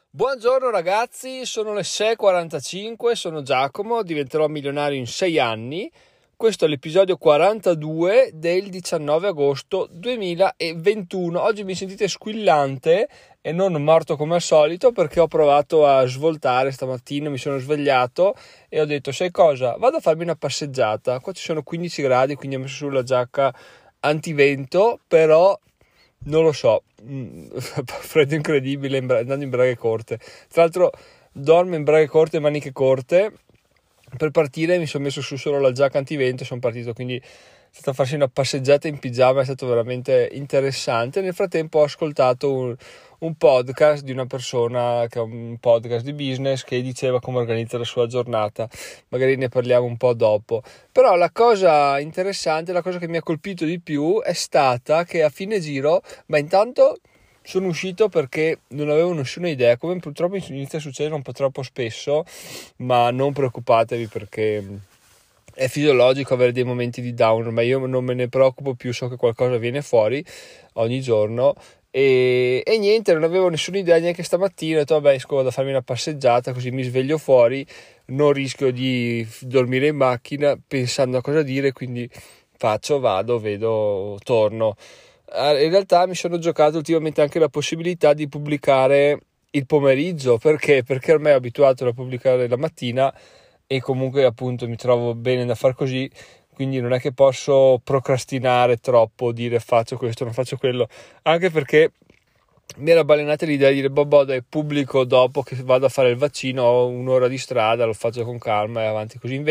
Buongiorno ragazzi, sono le 6:45, sono Giacomo, diventerò milionario in 6 anni. Questo è l'episodio 42 del 19 agosto 2021. Oggi mi sentite squillante e non morto come al solito perché ho provato a svoltare stamattina, mi sono svegliato e ho detto, sai cosa, vado a farmi una passeggiata. Qua ci sono 15 gradi, quindi ho messo sulla giacca antivento, però non lo so, freddo incredibile andando in braghe corte. Tra l'altro dormo in braghe corte e maniche corte. Per partire mi sono messo su solo la giacca antivento e sono partito, quindi è stato farsi una passeggiata in pigiama, è stato veramente interessante. Nel frattempo ho ascoltato un podcast di una persona che ha un podcast di business che diceva come organizza la sua giornata, magari ne parliamo un po' dopo. Però la cosa interessante, la cosa che mi ha colpito di più è stata che a fine giro, ma intanto sono uscito perché non avevo nessuna idea, come purtroppo inizia a succedere un po' troppo spesso, ma non preoccupatevi perché è fisiologico avere dei momenti di down, ma io non me ne preoccupo più, so che qualcosa viene fuori ogni giorno e niente, non avevo nessuna idea neanche stamattina. Ho detto vabbè, esco, vado a farmi una passeggiata così mi sveglio fuori, non rischio di dormire in macchina pensando a cosa dire, quindi vado, vedo, torno. In realtà mi sono giocato ultimamente anche la possibilità di pubblicare il pomeriggio, perché ormai ho abituato a pubblicare la mattina e comunque appunto mi trovo bene da far così, quindi non è che posso procrastinare troppo, dire faccio questo, non faccio quello, anche perché mi era balenata l'idea di dire boh, dai, pubblico dopo che vado a fare il vaccino, ho un'ora di strada, lo faccio con calma e avanti così.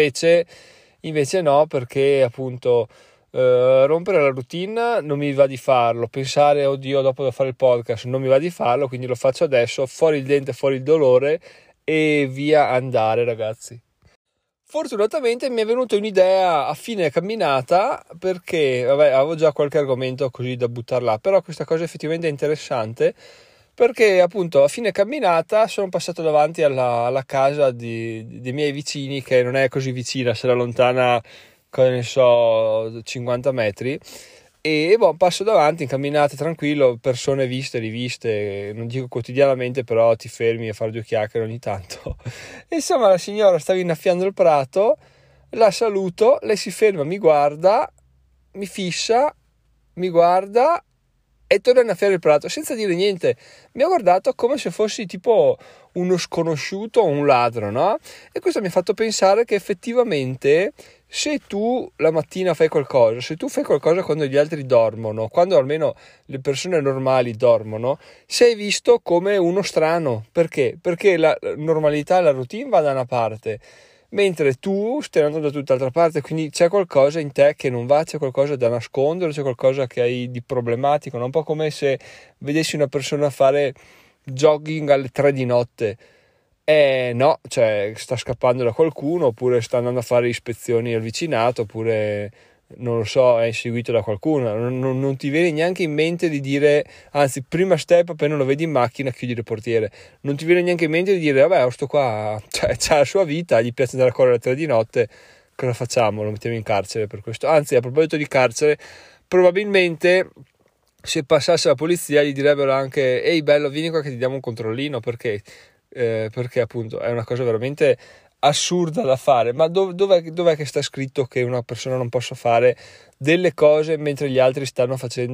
Invece no, perché appunto rompere la routine non mi va di farlo, pensare oddio dopo devo fare il podcast non mi va di farlo, quindi lo faccio adesso, fuori il dente, fuori il dolore e via andare ragazzi. Fortunatamente mi è venuta un'idea a fine camminata perché vabbè, avevo già qualche argomento così da buttar là, però questa cosa effettivamente è interessante perché appunto a fine camminata sono passato davanti alla casa dei miei vicini, che non è così vicina, sarà lontana, cosa ne so, 50 metri, e passo davanti in camminata tranquillo, persone viste, riviste, non dico quotidianamente, però ti fermi a fare due chiacchiere ogni tanto. E insomma la signora stava innaffiando il prato, la saluto, lei si ferma, mi guarda, mi fissa, mi guarda e torna a innaffiare il prato senza dire niente. Mi ha guardato come se fossi tipo uno sconosciuto o un ladro, no? E questo mi ha fatto pensare che effettivamente se tu la mattina fai qualcosa, se tu fai qualcosa quando gli altri dormono, quando almeno le persone normali dormono, sei visto come uno strano. Perché? Perché la normalità, la routine va da una parte, mentre tu stai andando da tutt'altra parte, quindi c'è qualcosa in te che non va, c'è qualcosa da nascondere, c'è qualcosa che hai di problematico, no? Un po' come se vedessi una persona fare jogging alle 3 di notte. No, cioè sta scappando da qualcuno, oppure sta andando a fare ispezioni al vicinato, oppure non lo so, è inseguito da qualcuno. Non ti viene neanche in mente di dire, anzi, prima step, appena lo vedi in macchina, chiudi il portiere. Non ti viene neanche in mente di dire, vabbè, sto qua, cioè, c'ha la sua vita, gli piace andare a correre alle 3 di notte, cosa facciamo? Lo mettiamo in carcere per questo. Anzi, a proposito di carcere, probabilmente se passasse la polizia gli direbbero anche, ehi bello, vieni qua che ti diamo un controllino, perché appunto è una cosa veramente assurda da fare. Ma dov'è che sta scritto che una persona non possa fare delle cose mentre gli altri stanno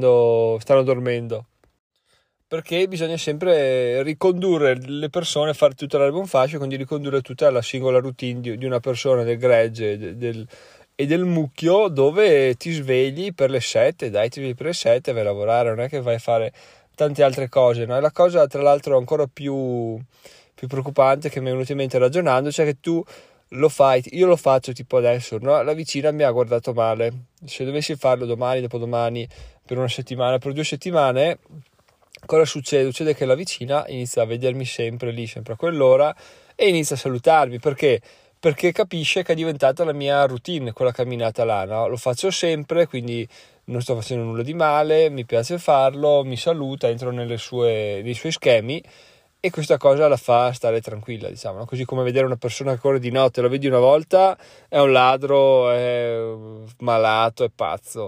dormendo? Perché bisogna sempre ricondurre le persone, fare tutta l'erba un fascio, quindi ricondurre tutta la singola routine di una persona, del gregge e del mucchio, dove ti svegli per le 7, dai, ti svegli per le 7, vai a lavorare, non è che vai a fare tante altre cose, no? E la cosa tra l'altro ancora più preoccupante che mi è venuto in mente ragionando, cioè che tu lo fai, io lo faccio tipo adesso, no? La vicina mi ha guardato male, se dovessi farlo domani, dopodomani, per una settimana, per 2 settimane, cosa succede? Succede che la vicina inizia a vedermi sempre lì, sempre a quell'ora, e inizia a salutarmi, perché capisce che è diventata la mia routine, quella camminata là, no? Lo faccio sempre, quindi non sto facendo nulla di male, mi piace farlo, mi saluta, entro nei suoi schemi, e questa cosa la fa stare tranquilla, diciamo, no? Così come vedere una persona che corre di notte, lo vedi una volta, è un ladro, è malato, è pazzo.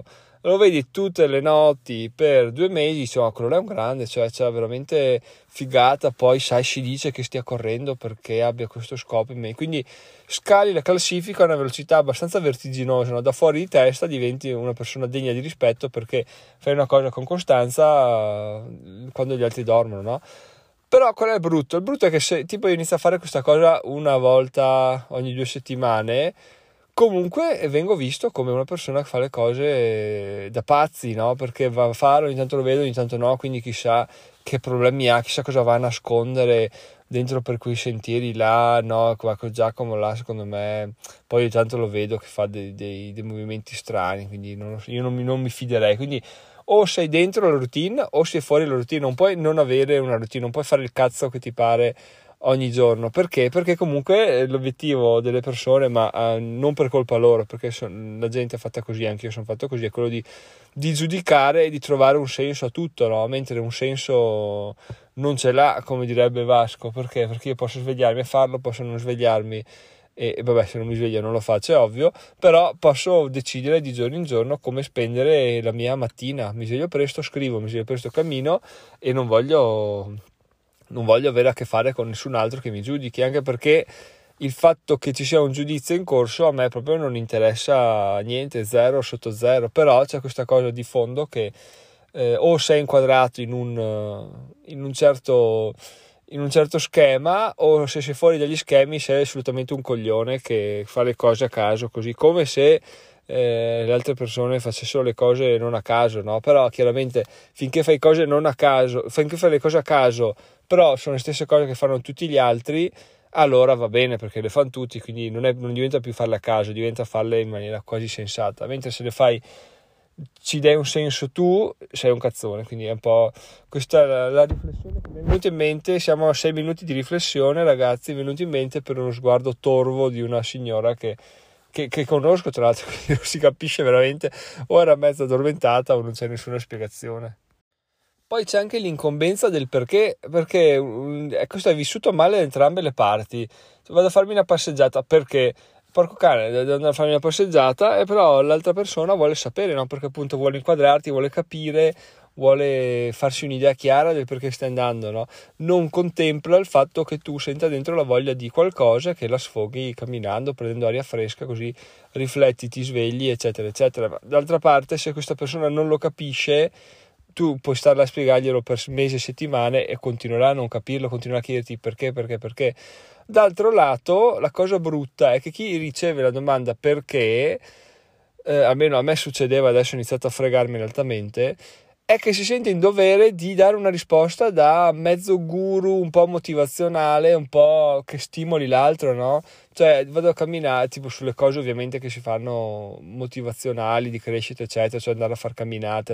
lo vedi tutte le notti per 2 mesi, insomma, quello là è un grande, cioè c'è veramente figata, poi sai, si dice che stia correndo perché abbia questo scopo in me, quindi scali la classifica a una velocità abbastanza vertiginosa, no? Da fuori di testa diventi una persona degna di rispetto perché fai una cosa con costanza quando gli altri dormono, no? Però qual è il brutto? Il brutto è che se tipo io inizio a fare questa cosa una volta ogni 2 settimane, comunque vengo visto come una persona che fa le cose da pazzi, no? Perché va a fare, ogni tanto lo vedo, ogni tanto no, quindi chissà che problemi ha, chissà cosa va a nascondere dentro per quei sentieri là, no? Qua con Giacomo là, secondo me, poi ogni tanto lo vedo che fa dei movimenti strani, quindi io non mi fiderei, quindi o sei dentro la routine o sei fuori la routine, non puoi non avere una routine, non puoi fare il cazzo che ti pare ogni giorno. Perché? Perché comunque l'obiettivo delle persone, ma non per colpa loro, perché la gente è fatta così, anche io sono fatto così, è quello di giudicare e di trovare un senso a tutto, no? Mentre un senso non ce l'ha, come direbbe Vasco. Perché? Perché io posso svegliarmi a farlo, posso non svegliarmi e vabbè, se non mi sveglio non lo faccio, è ovvio, però posso decidere di giorno in giorno come spendere la mia mattina. Mi sveglio presto, scrivo, mi sveglio presto, cammino e non voglio avere a che fare con nessun altro che mi giudichi, anche perché il fatto che ci sia un giudizio in corso a me proprio non interessa niente, zero sotto zero, però c'è questa cosa di fondo che o sei inquadrato in un certo schema, o se sei fuori dagli schemi sei assolutamente un coglione che fa le cose a caso, così come se le altre persone facessero le cose non a caso, no? Però chiaramente finché fai cose non a caso, finché fai le cose a caso, però sono le stesse cose che fanno tutti gli altri, allora va bene perché le fanno tutti, quindi non diventa più farle a caso, diventa farle in maniera quasi sensata, mentre se le fai ci dai un senso tu, sei un cazzone. Quindi è un po' questa la riflessione che mi è venuta in mente. Siamo a 6 minuti di riflessione, ragazzi, mi è venuto in mente per uno sguardo torvo di una signora che conosco, tra l'altro, quindi non si capisce veramente, o era mezzo addormentata o non c'è nessuna spiegazione. Poi c'è anche l'incombenza del perché questo è vissuto male da entrambe le parti. Vado a farmi una passeggiata perché, porco cane, devo andare a farmi una passeggiata, e però l'altra persona vuole sapere, no? Perché appunto vuole inquadrarti, vuole capire, vuole farsi un'idea chiara del perché stai andando, no? Non contempla il fatto che tu senta dentro la voglia di qualcosa, che la sfoghi camminando, prendendo aria fresca, così rifletti, ti svegli, eccetera, eccetera. Ma d'altra parte, se questa persona non lo capisce, tu puoi starla a spiegarglielo per mesi e settimane e continuerà a non capirlo, continuerà a chiederti perché. D'altro lato, la cosa brutta è che chi riceve la domanda perché, almeno a me succedeva, adesso ho iniziato a fregarmi altamente, è che si sente in dovere di dare una risposta da mezzo guru, un po' motivazionale, un po' che stimoli l'altro, no? Cioè vado a camminare tipo sulle cose ovviamente che si fanno motivazionali, di crescita eccetera, cioè andare a far camminate,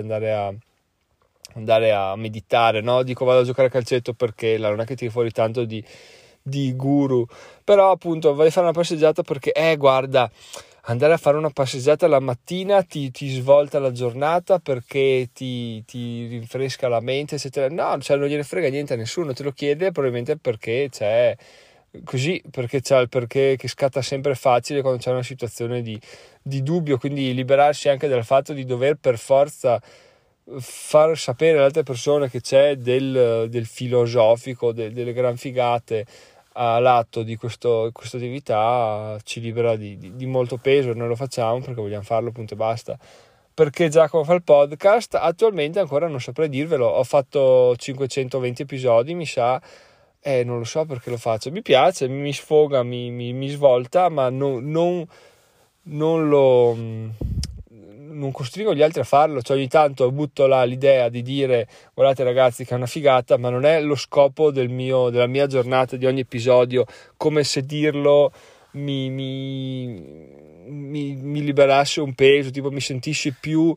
andare a meditare, no? Dico vado a giocare a calcetto perché non è che tiri fuori tanto di guru, però appunto vai a fare una passeggiata perché guarda, andare a fare una passeggiata la mattina ti svolta la giornata, perché ti rinfresca la mente eccetera. No, cioè non gliene frega niente a nessuno, te lo chiede probabilmente perché c'è così, perché c'è il perché che scatta sempre facile quando c'è una situazione di dubbio, quindi liberarsi anche dal fatto di dover per forza far sapere alle altre persone che c'è del filosofico, delle gran figate all'atto di questa attività, ci libera di molto peso. Noi lo facciamo perché vogliamo farlo, punto e basta. Perché Giacomo fa il podcast? Attualmente ancora non saprei dirvelo, ho fatto 520 episodi mi sa, non lo so perché lo faccio, mi piace, mi sfoga, mi svolta, ma non costringo gli altri a farlo. Cioè ogni tanto butto là l'idea di dire guardate ragazzi che è una figata, ma non è lo scopo della mia giornata, di ogni episodio, come se dirlo mi liberasse un peso, tipo mi sentissi più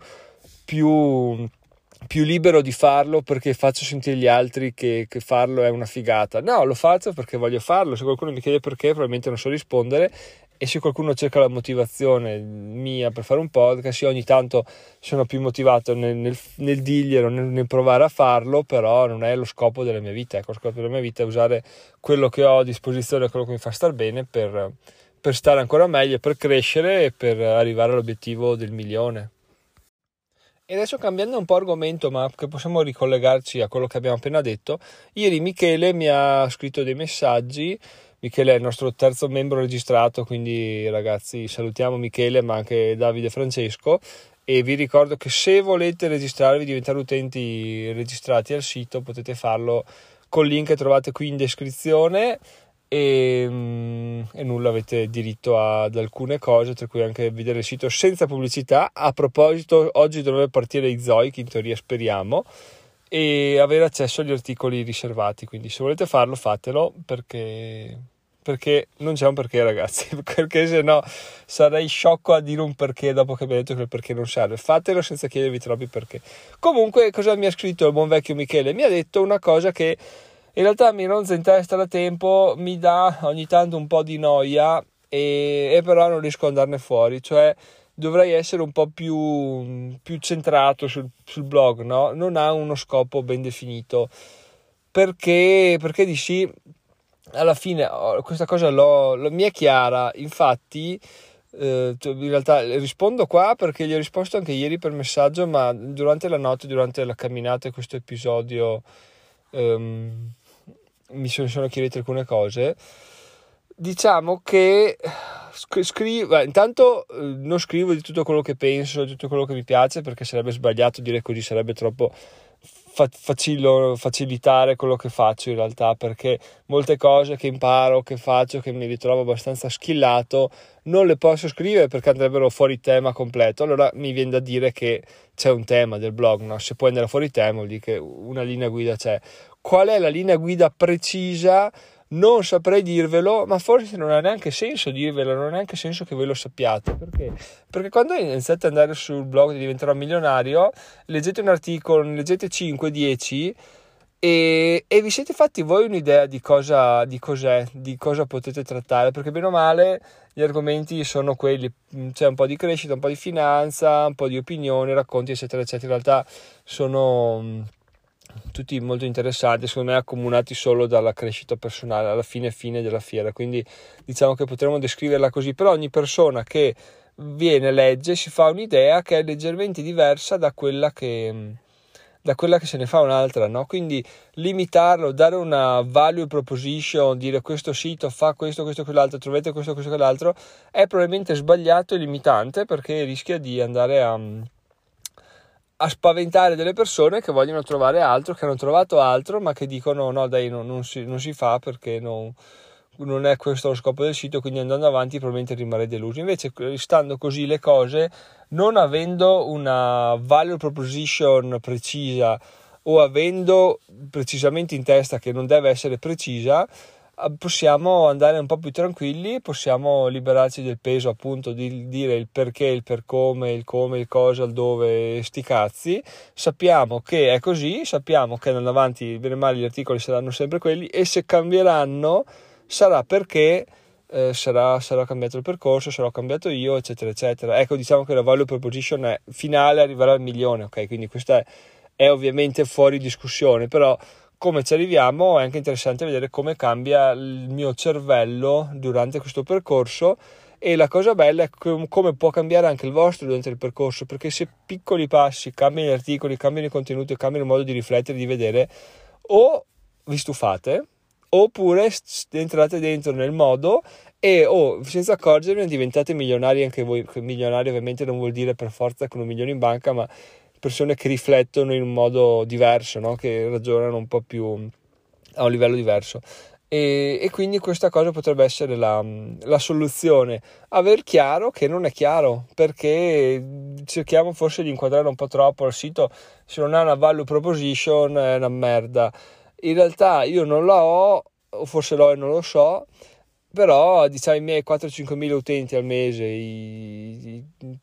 libero di farlo perché faccio sentire gli altri che farlo è una figata. No, lo faccio perché voglio farlo. Se qualcuno mi chiede perché, probabilmente non so rispondere, e se qualcuno cerca la motivazione mia per fare un podcast, io ogni tanto sono più motivato nel dirglielo, nel provare a farlo, però non è lo scopo della mia vita. Ecco, lo scopo della mia vita è usare quello che ho a disposizione, quello che mi fa star bene, per stare ancora meglio, per crescere e per arrivare all'obiettivo del 1.000.000. E adesso, cambiando un po' argomento, ma che possiamo ricollegarci a quello che abbiamo appena detto, ieri Michele mi ha scritto dei messaggi. Michele è il nostro terzo membro registrato, quindi ragazzi salutiamo Michele, ma anche Davide e Francesco, e vi ricordo che se volete registrarvi, diventare utenti registrati al sito, potete farlo col link che trovate qui in descrizione. E nulla, avete diritto ad alcune cose, tra cui anche vedere il sito senza pubblicità. A proposito, oggi dovrebbe partire i Zoic, in teoria speriamo, e avere accesso agli articoli riservati, quindi se volete farlo fatelo, perché non c'è un perché, ragazzi, perché se no sarei sciocco a dire un perché dopo che abbiamo detto che il perché non serve. Fatelo senza chiedervi troppi perché. Comunque, cosa mi ha scritto il buon vecchio Michele? Mi ha detto una cosa che in realtà mi ronza in testa da tempo, mi dà ogni tanto un po' di noia, e però non riesco ad andarne fuori. Cioè, dovrei essere un po' più centrato sul blog, no? Non ha uno scopo ben definito. Perché di sì, alla fine questa cosa mi è chiara. Infatti, in realtà rispondo qua perché gli ho risposto anche ieri per messaggio, ma durante la notte, durante la camminata, questo episodio mi sono chiarite alcune cose. Diciamo che intanto non scrivo di tutto quello che penso, di tutto quello che mi piace, perché sarebbe sbagliato dire così, sarebbe troppo facilitare quello che faccio in realtà, perché molte cose che imparo, che faccio, che mi ritrovo abbastanza schillato, non le posso scrivere perché andrebbero fuori tema completo. Allora mi viene da dire che c'è un tema del blog, no? Se puoi andare fuori tema vuol dire che una linea guida c'è. Qual è la linea guida precisa? Non saprei dirvelo, ma forse non ha neanche senso dirvelo, non ha neanche senso che voi lo sappiate. Perché? Perché quando iniziate ad andare sul blog di Diventerò Milionario, leggete un articolo, ne leggete 5, 10 e vi siete fatti voi un'idea di cosa potete trattare, perché bene o male gli argomenti sono quelli, c'è un po' di crescita, un po' di finanza, un po' di opinioni, racconti, eccetera, eccetera. In realtà sono tutti molto interessanti, secondo me accomunati solo dalla crescita personale alla fine della fiera, quindi diciamo che potremmo descriverla così. Però ogni persona che viene, legge, si fa un'idea che è leggermente diversa da quella che se ne fa un'altra, no? Quindi limitarlo, dare una value proposition, dire questo sito fa questo, quell'altro, trovate questo, quell'altro, è probabilmente sbagliato e limitante, perché rischia di andare a spaventare delle persone che vogliono trovare altro, che hanno trovato altro, ma che dicono no dai, non si fa, perché non è questo lo scopo del sito, quindi andando avanti probabilmente rimarrei deluso. Invece, stando così le cose, non avendo una value proposition precisa, o avendo precisamente in testa che non deve essere precisa, possiamo andare un po' più tranquilli, possiamo liberarci del peso appunto di dire il perché, il per come, il cosa, il dove, sti cazzi. Sappiamo che è così, sappiamo che andando avanti bene o male gli articoli saranno sempre quelli, e se cambieranno sarà perché sarà cambiato il percorso, sarò cambiato io, eccetera eccetera. Ecco, diciamo che la value proposition è finale, arriverà al milione, ok? Quindi questa è ovviamente fuori discussione, però come ci arriviamo è anche interessante vedere come cambia il mio cervello durante questo percorso. E la cosa bella è come può cambiare anche il vostro durante il percorso, perché se piccoli passi cambiano gli articoli, cambiano i contenuti, cambiano il modo di riflettere, di vedere, o vi stufate, oppure entrate dentro nel modo e senza accorgervene diventate milionari anche voi. Milionari ovviamente non vuol dire per forza con 1 milione in banca, ma persone che riflettono in un modo diverso, no? Che ragionano un po' più a un livello diverso, e quindi questa cosa potrebbe essere la soluzione. Aver chiaro che non è chiaro, perché cerchiamo forse di inquadrare un po' troppo il sito. Se non ha una value proposition è una merda. In realtà io non la ho, o forse l'ho e non lo so, però diciamo i miei 4-5 mila utenti al mese, i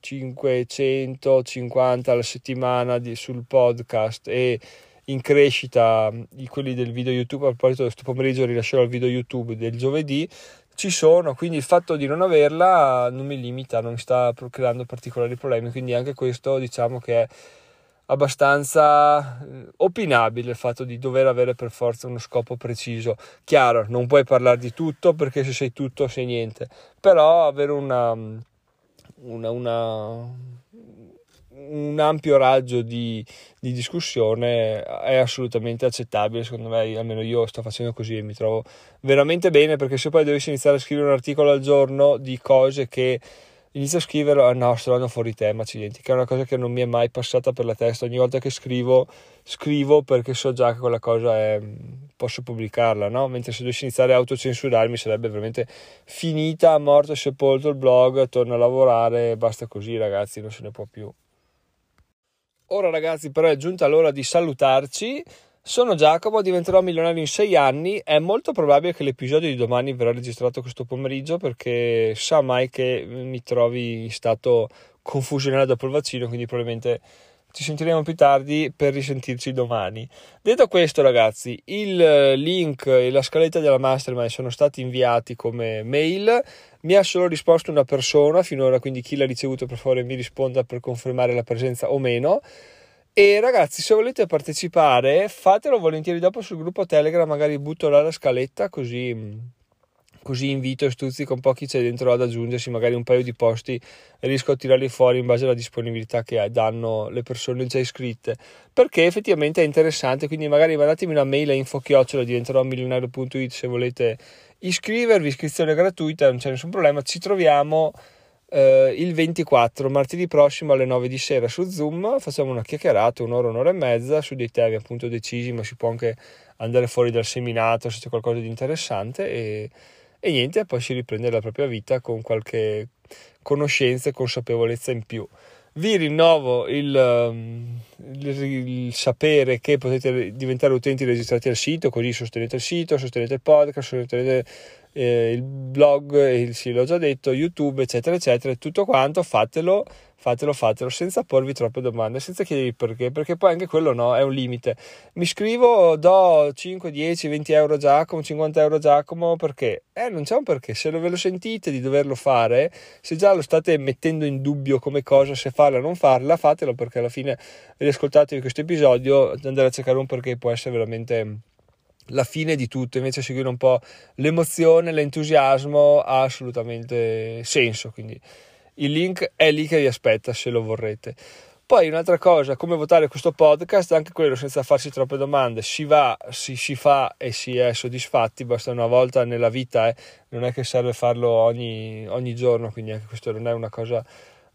550 alla settimana sul podcast, e in crescita quelli del video YouTube. A proposito, questo pomeriggio rilascerò il video YouTube del giovedì, ci sono, quindi il fatto di non averla non mi limita, non mi sta creando particolari problemi, quindi anche questo diciamo che è abbastanza opinabile, il fatto di dover avere per forza uno scopo preciso. Chiaro, non puoi parlare di tutto, perché se sei tutto sei niente, però avere un un ampio raggio di discussione è assolutamente accettabile. Secondo me, almeno io sto facendo così e mi trovo veramente bene, perché se poi dovessi iniziare a scrivere un articolo al giorno di cose che inizio a scrivere, no, sto andando fuori tema, accidenti, che è una cosa che non mi è mai passata per la testa. Ogni volta che scrivo perché so già che quella cosa posso pubblicarla, no? Mentre se dovessi iniziare a autocensurarmi sarebbe veramente finita, morto e sepolto il blog, torno a lavorare, basta così ragazzi, non se ne può più. Ora ragazzi, però è giunta l'ora di salutarci. Sono Giacomo, diventerò milionario in 6 anni. È molto probabile che l'episodio di domani verrà registrato questo pomeriggio, perché sa mai che mi trovi in stato confusionale dopo il vaccino, quindi probabilmente ci sentiremo più tardi per risentirci domani. Detto questo ragazzi, il link e la scaletta della mastermind sono stati inviati come mail. Mi ha solo risposto una persona finora, quindi chi l'ha ricevuto per favore mi risponda per confermare la presenza o meno. E ragazzi, se volete partecipare fatelo volentieri dopo sul gruppo Telegram, magari butto là la scaletta, così invito e stuzzico un po' chi c'è dentro ad aggiungersi, magari un paio di posti riesco a tirarli fuori in base alla disponibilità che danno le persone già iscritte, perché effettivamente è interessante. Quindi magari mandatemi una mail a info@diventeromilionario.it se volete iscrivervi, iscrizione gratuita, non c'è nessun problema. Ci troviamo il 24, martedì prossimo alle 9 di sera su Zoom, facciamo una chiacchierata, un'ora e mezza su dei temi appunto decisi, ma si può anche andare fuori dal seminato se c'è qualcosa di interessante e niente, poi si riprende la propria vita con qualche conoscenza e consapevolezza in più. Vi rinnovo il sapere che potete diventare utenti registrati al sito, così sostenete il sito, sostenete il podcast, sostenete il blog, sì, l'ho già detto, YouTube, eccetera eccetera. Tutto quanto fatelo senza porvi troppe domande, senza chiedervi perché poi anche quello no, è un limite. Mi scrivo, do 5, 10, 20 euro Giacomo, 50 euro Giacomo, perché? Non c'è un perché. Se ve lo sentite di doverlo fare, se già lo state mettendo in dubbio come cosa, se farla o non farla, fatelo, perché alla fine riascoltatevi questo episodio, andare a cercare un perché può essere veramente la fine di tutto. Invece seguire un po' l'emozione, l'entusiasmo ha assolutamente senso, quindi il link è lì che vi aspetta se lo vorrete. Poi un'altra cosa, come votare questo podcast, anche quello senza farsi troppe domande, si va, si fa e si è soddisfatti, basta una volta nella vita, non è che serve farlo ogni giorno, quindi anche questo non è una cosa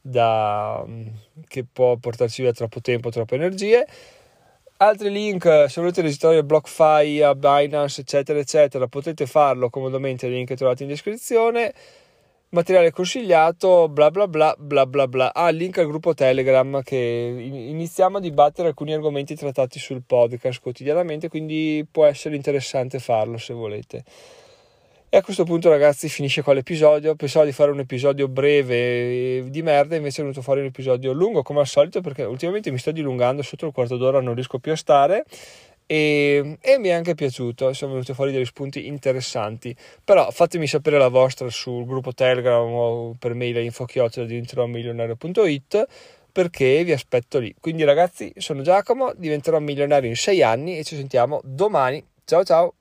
che può portarci via troppo tempo, troppe energie. Altri link, se volete registrare BlockFi, a Binance, eccetera eccetera, potete farlo comodamente, i link che trovate in descrizione. Materiale consigliato, bla bla bla bla bla bla. Link al gruppo Telegram, che iniziamo a dibattere alcuni argomenti trattati sul podcast quotidianamente, quindi può essere interessante farlo se volete. E a questo punto ragazzi finisce qua l'episodio. Pensavo di fare un episodio breve di merda, invece è venuto fuori un episodio lungo come al solito, perché ultimamente mi sto dilungando, sotto il quarto d'ora non riesco più a stare, e mi è anche piaciuto, sono venuti fuori degli spunti interessanti. Però fatemi sapere la vostra sul gruppo Telegram o per mail a info@diventeromilionario.it, perché vi aspetto lì. Quindi ragazzi, sono Giacomo, diventerò milionario in 6 anni e ci sentiamo domani. Ciao ciao.